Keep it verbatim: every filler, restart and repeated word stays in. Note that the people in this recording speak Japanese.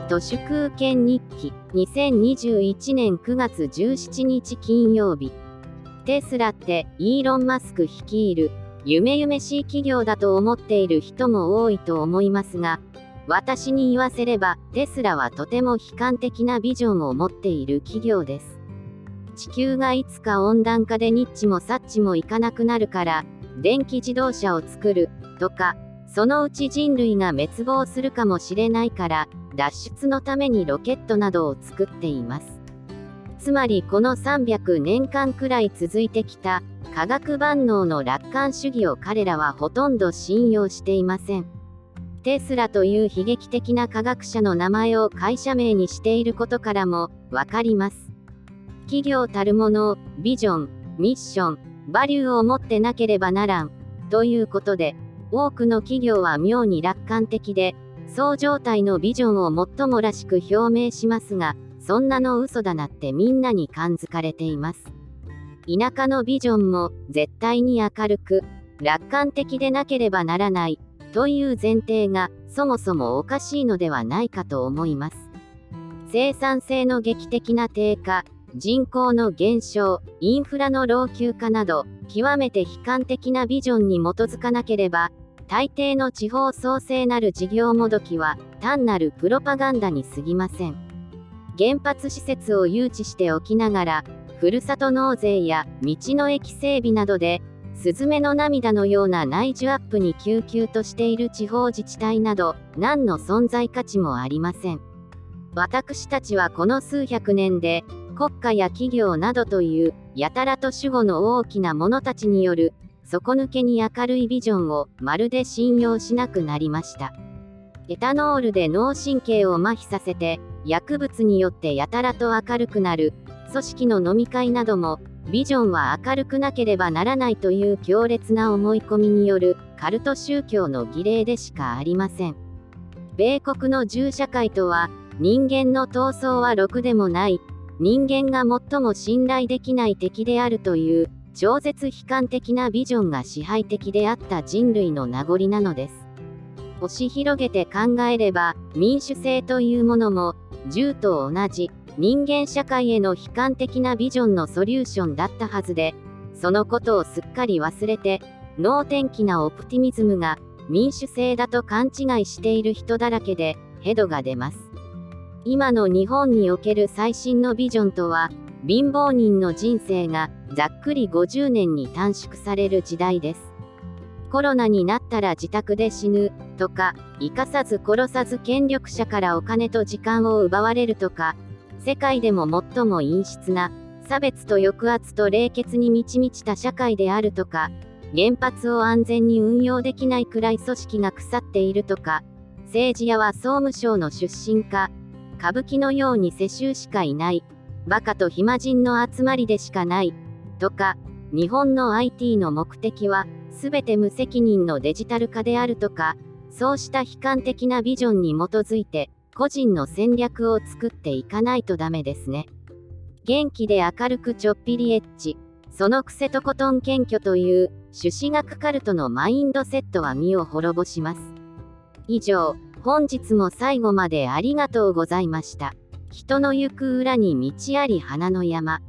都市空権日記にせんにじゅういちねんくがつじゅうしちにち金曜日。テスラってイーロン・マスク率いる夢々しい企業だと思っている人も多いと思いますが、私に言わせればテスラはとても悲観的なビジョンを持っている企業です。地球がいつか温暖化でニッチもサッチもいかなくなるから電気自動車を作るとか、そのうち人類が滅亡するかもしれないから脱出のためにロケットなどを作っています。つまりこのさんびゃくねんかんくらい続いてきた科学万能の楽観主義を彼らはほとんど信用していません。テスラという悲劇的な科学者の名前を会社名にしていることからもわかります。企業たるものをビジョン、ミッション、バリューを持ってなければならんということで、多くの企業は妙に楽観的で、そう状態のビジョンをもっともらしく表明しますが、そんなの嘘だなってみんなに感づかれています。田舎のビジョンも絶対に明るく、楽観的でなければならないという前提がそもそもおかしいのではないかと思います。生産性の劇的な低下、人口の減少、インフラの老朽化など、極めて悲観的なビジョンに基づかなければ、大抵の地方創生なる事業もどきは単なるプロパガンダに過ぎません。原発施設を誘致しておきながら、ふるさと納税や道の駅整備などで、スズメの涙のような内需アップに救急としている地方自治体など、何の存在価値もありません。私たちはこの数百年で、国家や企業などというやたらと主語の大きな者たちによる底抜けに明るいビジョンをまるで信用しなくなりました。エタノールで脳神経を麻痺させて薬物によってやたらと明るくなる組織の飲み会なども、ビジョンは明るくなければならないという強烈な思い込みによるカルト宗教の儀礼でしかありません。米国の銃社会とは、人間の闘争はろくでもない、人間が最も信頼できない敵であるという超絶悲観的なビジョンが支配的であった人類の名残なのです。押し広げて考えれば、民主制というものも銃と同じ人間社会への悲観的なビジョンのソリューションだったはずで、そのことをすっかり忘れて能天気なオプティミズムが民主制だと勘違いしている人だらけでヘドが出ます。今の日本における最新のビジョンとは、貧乏人の人生がざっくりごじゅうねんに短縮される時代です。コロナになったら自宅で死ぬとか、生かさず殺さず権力者からお金と時間を奪われるとか、世界でも最も陰湿な差別と抑圧と冷血に満ち満ちた社会であるとか、原発を安全に運用できないくらい組織が腐っているとか、政治家は総務省の出身か、歌舞伎のように世襲しかいない、バカと暇人の集まりでしかない、とか、日本の アイティー の目的は、すべて無責任のデジタル化であるとか、そうした悲観的なビジョンに基づいて、個人の戦略を作っていかないとダメですね。元気で明るくちょっぴりエッチ、そのくせとことん謙虚という朱子学カルトのマインドセットは身を滅ぼします。以上、本日も最後までありがとうございました。人の行く裏に道あり花の山。